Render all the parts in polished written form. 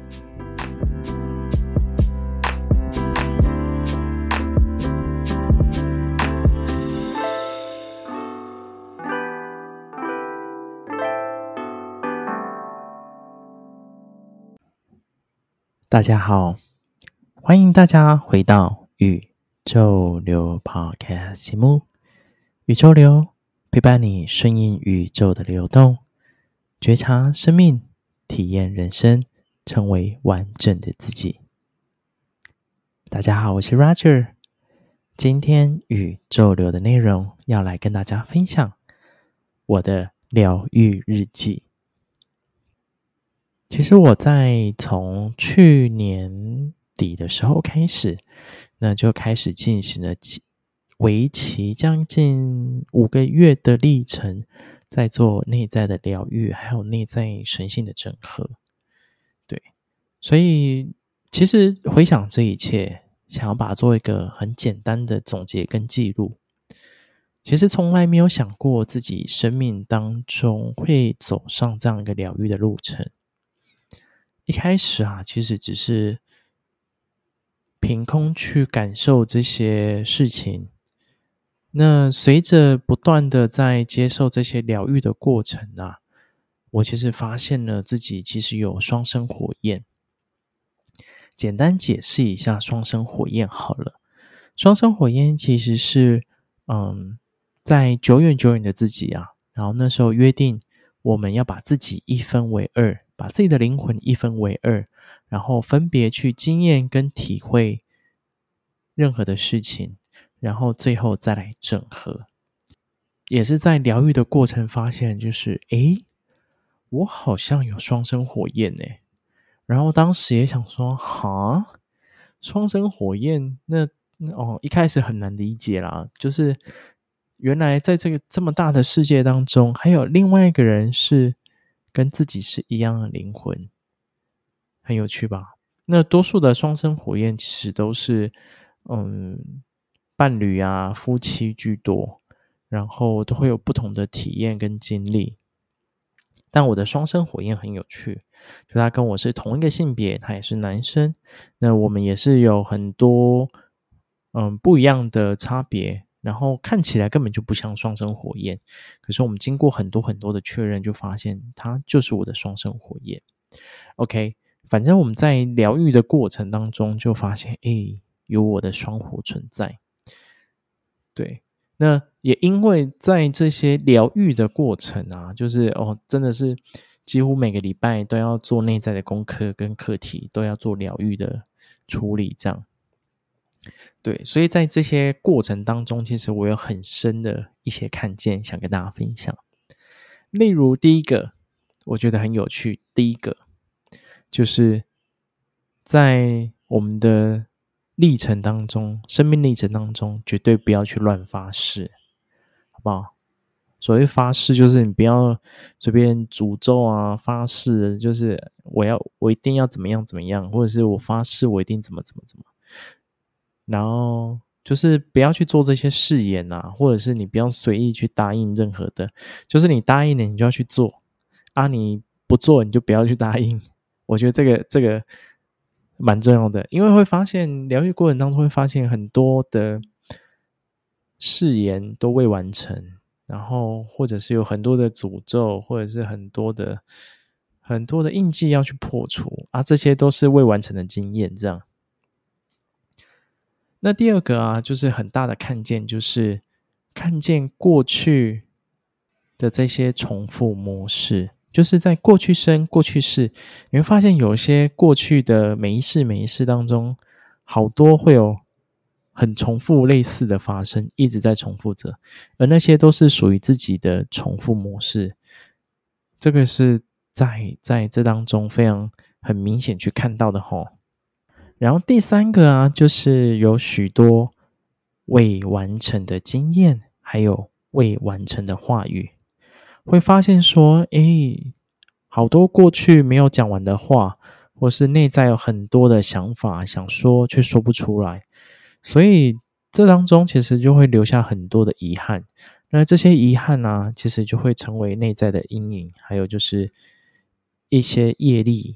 大家好，欢迎大家回到宇宙流 Podcast 节目。宇宙流陪伴你顺应宇宙的流动，觉察生命，体验人生，成为完整的自己。大家好，我是 Roger。今天宇宙流的内容要来跟大家分享我的疗愈日记。其实我在从去年底的时候开始，那就开始进行了为期将近5个月的历程，在做内在的疗愈，还有内在神性的整合。对，所以其实回想这一切，想要把它做一个很简单的总结跟记录。其实从来没有想过自己生命当中会走上这样一个疗愈的路程。一开始其实只是凭空去感受这些事情。那随着不断的在接受这些疗愈的过程我其实发现了自己其实有双生火焰。简单解释一下双生火焰好了。双生火焰其实是在久远的自己然后那时候约定我们要把自己一分为二，把自己的灵魂一分为二，然后分别去经验跟体会任何的事情，然后最后再来整合。也是在疗愈的过程发现，就是我好像有双生火焰耶。然后当时也想说双生火焰那一开始很难理解啦，就是原来在这个这么大的世界当中，还有另外一个人是跟自己是一样的灵魂，很有趣吧？那多数的双生火焰其实都是伴侣夫妻居多，然后都会有不同的体验跟经历。但我的双生火焰很有趣，就他跟我是同一个性别，他也是男生，那我们也是有很多不一样的差别，然后看起来根本就不像双生火焰，可是我们经过很多的确认，就发现他就是我的双生火焰。OK， 反正我们在疗愈的过程当中就发现有我的双火存在。对，那也因为在这些疗愈的过程就是真的是几乎每个礼拜都要做内在的功课跟课题，都要做疗愈的处理这样。对，所以在这些过程当中，其实我有很深的一些看见想跟大家分享。例如第一个我觉得很有趣，第一个就是在我们的历程当中，生命历程当中，绝对不要去乱发誓，好不好？所谓发誓就是你不要随便诅咒发誓就是我一定要怎么样怎么样，或者是我发誓我一定怎么，然后就是不要去做这些誓言或者是你不要随意去答应任何的，就是你答应了你就要去做你不做你就不要去答应。我觉得这个蛮重要的，因为会发现疗愈过程当中会发现很多的誓言都未完成，然后或者是有很多的诅咒，或者是很多的印记要去破除这些都是未完成的经验这样。那第二个就是很大的看见，就是看见过去的这些重复模式，就是在过去生过去世，你会发现有一些过去的每一世当中，好多会有很重复类似的发生，一直在重复着，而那些都是属于自己的重复模式。这个是在这当中非常很明显去看到的然后第三个就是有许多未完成的经验，还有未完成的话语，会发现说好多过去没有讲完的话，或是内在有很多的想法想说却说不出来，所以这当中其实就会留下很多的遗憾。那这些遗憾其实就会成为内在的阴影，还有就是一些业力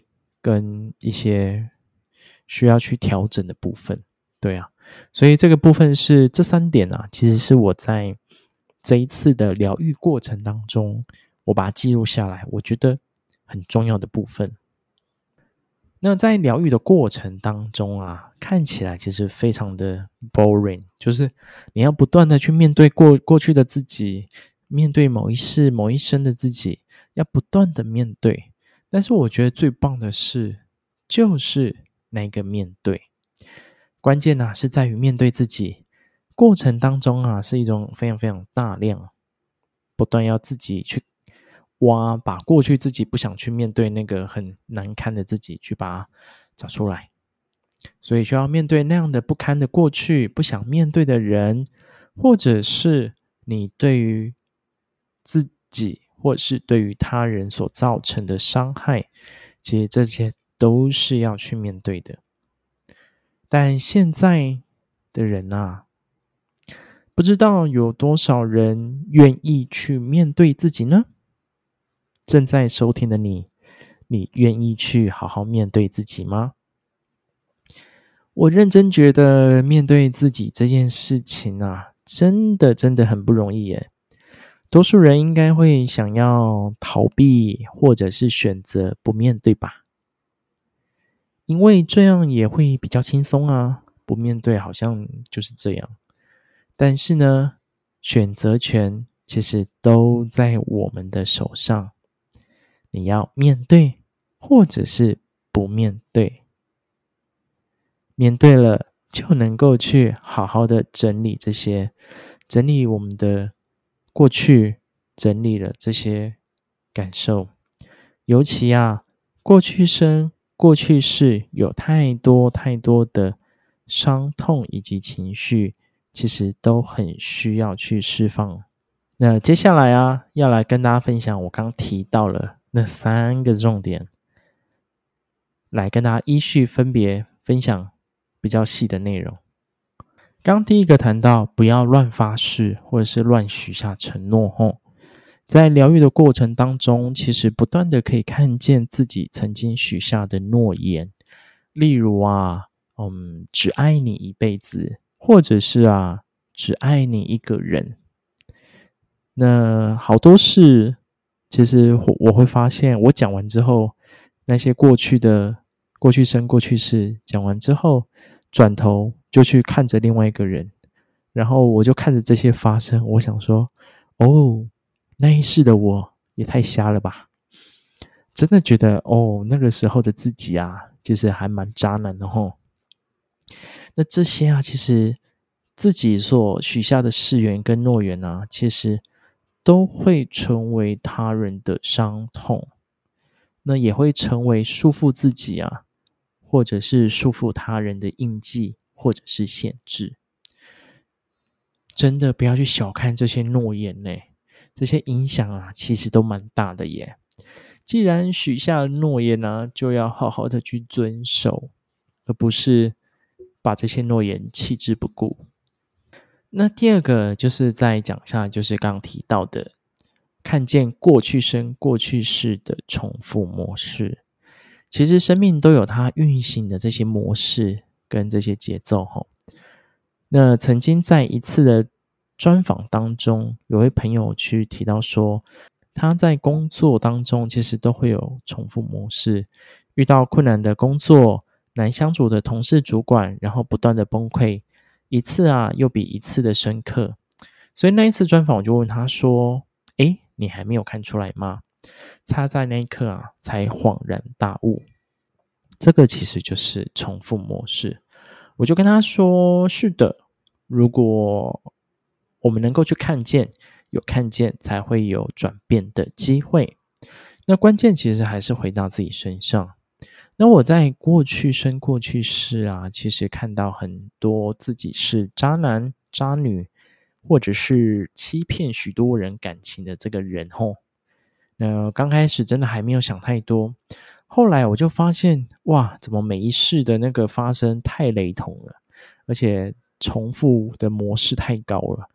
跟一些需要去调整的部分。对啊，所以这个部分是这3点啊，其实是我在这一次的疗愈过程当中，我把它记录下来，我觉得很重要的部分。那在疗愈的过程当中啊，看起来其实非常的 boring， 就是你要不断的去面对过去的自己，面对某一世某一生的自己，要不断的面对。但是我觉得最棒的是，就是那个面对。关键啊是在于面对自己，过程当中啊是一种非常非常大量，不断要自己去把过去自己不想去面对那个很难堪的自己去把它找出来，所以需要面对那样的不堪的过去，不想面对的人，或者是你对于自己或者是对于他人所造成的伤害，其实这些都是要去面对的。但现在的人啊，不知道有多少人愿意去面对自己呢？正在收听的你，你愿意去好好面对自己吗？我认真觉得面对自己这件事情啊，真的很不容易耶。多数人应该会想要逃避，或者是选择不面对吧？因为这样也会比较轻松啊，不面对好像就是这样。但是呢，选择权其实都在我们的手上。你要面对，或者是不面对。面对了，就能够去好好的整理整理我们的过去，整理了这些感受。尤其啊，过去生、过去世有太多太多的伤痛以及情绪，其实都很需要去释放。那接下来啊，要来跟大家分享我刚提到了那3个重点，来跟大家依序分别分享比较细的内容。刚第一个谈到不要乱发誓或者是乱许下承诺后，在疗愈的过程当中，其实不断的可以看见自己曾经许下的诺言，例如啊，只爱你一辈子，或者是啊，只爱你一个人。那好多事，其实我会发现，我讲完之后，那些过去生、过去事讲完之后，转头就去看着另外一个人，然后我就看着这些发生，我想说，哦，那一世的我也太瞎了吧！真的觉得，那个时候的自己啊，其实还蛮渣男的吼。那这些啊，其实自己所许下的誓言跟诺言啊，其实都会成为他人的伤痛，那也会成为束缚自己啊，或者是束缚他人的印记，或者是限制。真的不要去小看这些诺言呢，这些影响啊，其实都蛮大的耶。既然许下了诺言啊，就要好好的去遵守，而不是把这些诺言弃之不顾。那第二个就是再讲一下，就是刚刚提到的，看见过去生、过去世的重复模式。其实生命都有它运行的这些模式跟这些节奏吼。那曾经在一次的专访当中，有位朋友去提到说，他在工作当中其实都会有重复模式，遇到困难的工作、难相处的同事主管，然后不断的崩溃，一次啊又比一次的深刻。所以那一次专访我就问他说，诶，你还没有看出来吗？他在那一刻啊才恍然大悟，这个其实就是重复模式。我就跟他说，是的，如果我们能够去看见，有看见才会有转变的机会。那关键其实还是回到自己身上。那我在过去生、过去世啊，其实看到很多自己是渣男、渣女，或者是欺骗许多人感情的这个人吼。刚开始真的还没有想太多，后来我就发现，哇，怎么每一世的那个发生太雷同了，而且重复的模式太高了。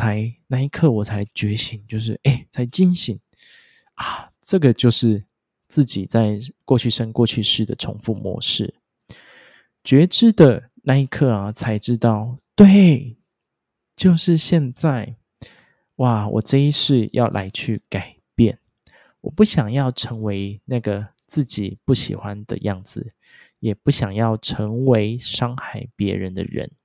那一刻我才觉醒，就是才惊醒啊，这个就是自己在过去生过去世的重复模式。觉知的那一刻啊，才知道，对，就是现在。哇，我这一世要来去改变，我不想要成为那个自己不喜欢的样子，也不想要成为伤害别人的人。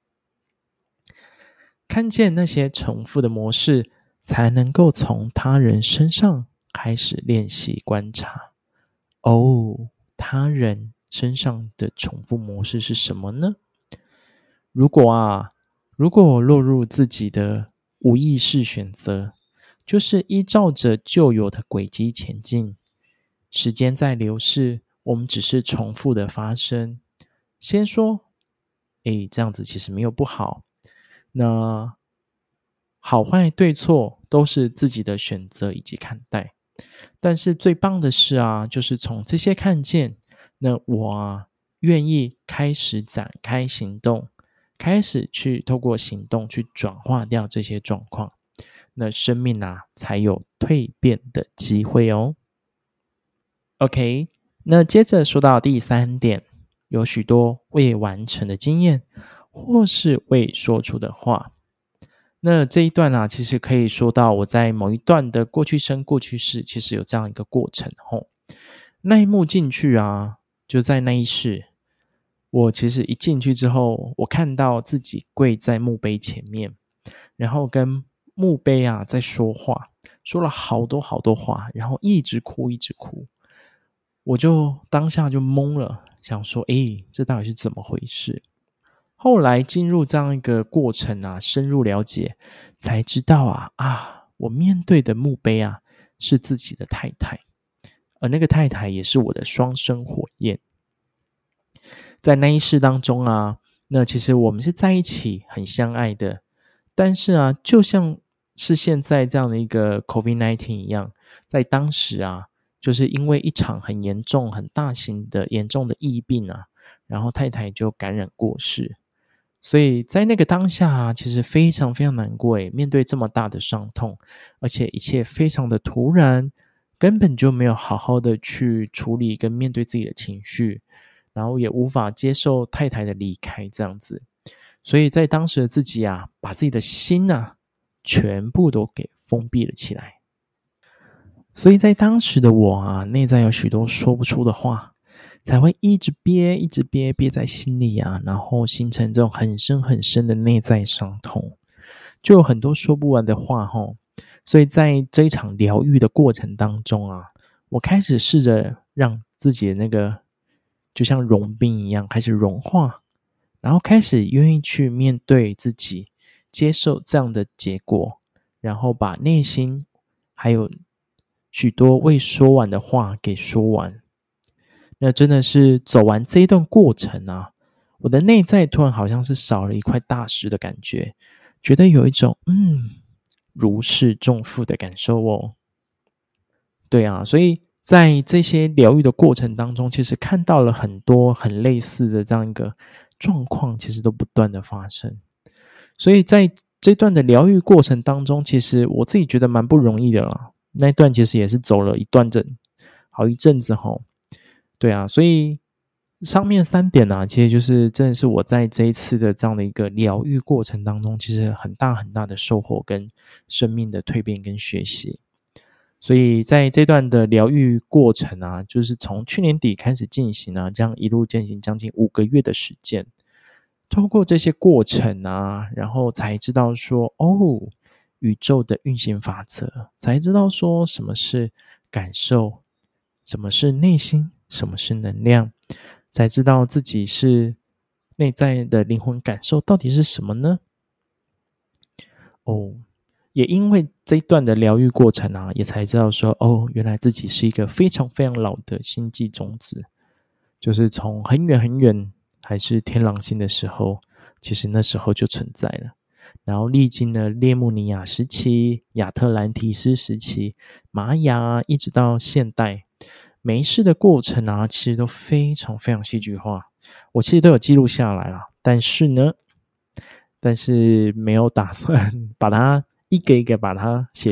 看见那些重复的模式，才能够从他人身上开始练习观察。他人身上的重复模式是什么呢？如果我落入自己的无意识选择，就是依照着旧有的轨迹前进，时间在流逝，我们只是重复的发生。先说，这样子其实没有不好，那好坏对错都是自己的选择以及看待。但是最棒的是就是从这些看见，那我愿意开始展开行动，开始去透过行动去转化掉这些状况，那生命才有蜕变的机会哦。OK， 那接着说到第3点，有许多未完成的经验，或是未说出的话。那这一段其实可以说到我在某一段的过去生过去世，其实有这样一个过程那一幕进去就在那一世，我其实一进去之后，我看到自己跪在墓碑前面，然后跟墓碑在说话，说了好多好多话，然后一直哭一直哭。我就当下就懵了，想说这到底是怎么回事？后来进入这样一个过程深入了解，才知道我面对的墓碑是自己的太太，而那个太太也是我的双生火焰。在那一世当中那其实我们是在一起很相爱的，但是就像是现在这样的一个 COVID-19 一样，在当时就是因为一场很严重很大型的严重的疫病然后太太就感染过世。所以在那个当下其实非常非常难过面对这么大的伤痛，而且一切非常的突然，根本就没有好好的去处理跟面对自己的情绪，然后也无法接受太太的离开这样子。所以在当时的自己把自己的心全部都给封闭了起来。所以在当时的我内在有许多说不出的话，才会一直憋一直憋在心里然后形成这种很深很深的内在伤痛，就有很多说不完的话所以在这一场疗愈的过程当中我开始试着让自己的那个就像融冰一样开始融化，然后开始愿意去面对自己，接受这样的结果，然后把内心还有许多未说完的话给说完。那真的是走完这一段过程我的内在突然好像是少了一块大石的感觉，觉得有一种如释重负的感受对所以在这些疗愈的过程当中，其实看到了很多很类似的这样一个状况，其实都不断的发生。所以在这段的疗愈过程当中，其实我自己觉得蛮不容易的啦。那一段其实也是走了好一阵子对所以上面3点其实就是真的是我在这一次的这样的一个疗愈过程当中，其实很大很大的收获跟生命的蜕变跟学习。所以在这段的疗愈过程就是从去年底开始进行这样一路进行将近5个月的时间。透过这些过程然后才知道说宇宙的运行法则，才知道说什么是感受，什么是内心，什么是能量，才知道自己是内在的灵魂感受到底是什么呢？也因为这一段的疗愈过程也才知道说原来自己是一个非常非常老的星际种子，就是从很远很远还是天狼星的时候，其实那时候就存在了。然后历经了列穆尼亚时期、亚特兰提斯时期、玛雅一直到现代，每一世的过程其实都非常非常戏剧化，我其实都有记录下来啦，但是没有打算把它一个一个把它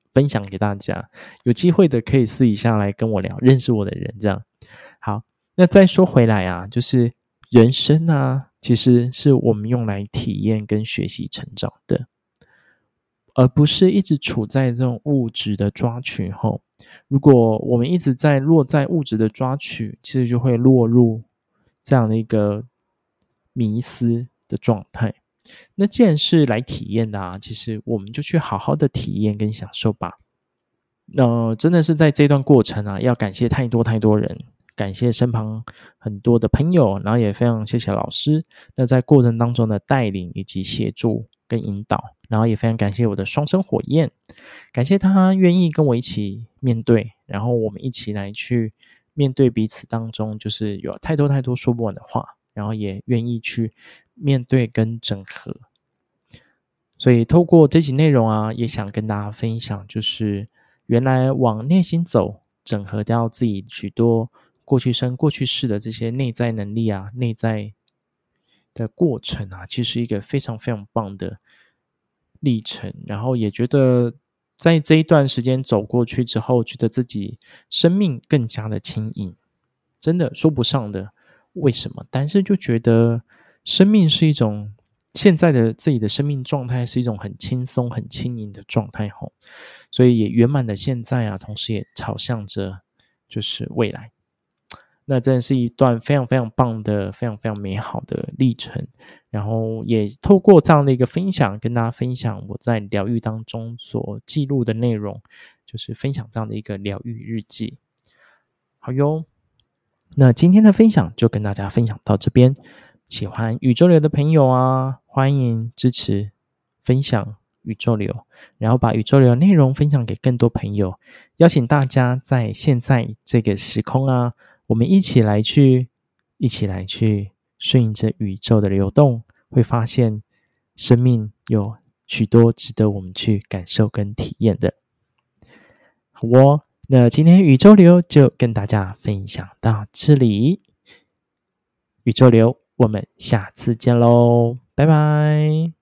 分享给大家。有机会的可以私底下来跟我聊，认识我的人这样。好，那再说回来啊，就是人生啊，其实是我们用来体验跟学习成长的，而不是一直处在这种物质的抓取后。如果我们一直落在物质的抓取，其实就会落入这样的一个迷思的状态。那既然是来体验的啊，其实我们就去好好的体验跟享受吧。真的是在这段过程啊，要感谢太多太多人，感谢身旁很多的朋友，然后也非常谢谢老师。那在过程当中的带领以及协助跟引导，然后也非常感谢我的双生火焰，感谢他愿意跟我一起面对，然后我们一起来去面对彼此当中，就是有太多太多说不完的话，然后也愿意去面对跟整合。所以透过这集内容啊，也想跟大家分享，就是原来往内心走，整合掉自己许多过去生、过去世的这些内在能力啊，内在的过程啊，其实是一个非常非常棒的历程。然后也觉得在这一段时间走过去之后，觉得自己生命更加的轻盈，真的说不上的为什么，但是就觉得生命是一种现在的自己的生命状态是一种很轻松、很轻盈的状态吼，所以也圆满了现在啊，同时也朝向着就是未来。那真的是一段非常非常棒的、非常非常美好的历程。然后也透过这样的一个分享，跟大家分享我在疗愈当中所记录的内容，就是分享这样的一个疗愈日记。好哟，那今天的分享就跟大家分享到这边。喜欢宇宙流的朋友啊，欢迎支持分享宇宙流，然后把宇宙流的内容分享给更多朋友。邀请大家在现在这个时空啊，我们一起来去顺应着宇宙的流动，会发现生命有许多值得我们去感受跟体验的。好哦，那今天宇宙流就跟大家分享到这里。宇宙流，我们下次见喽，拜拜。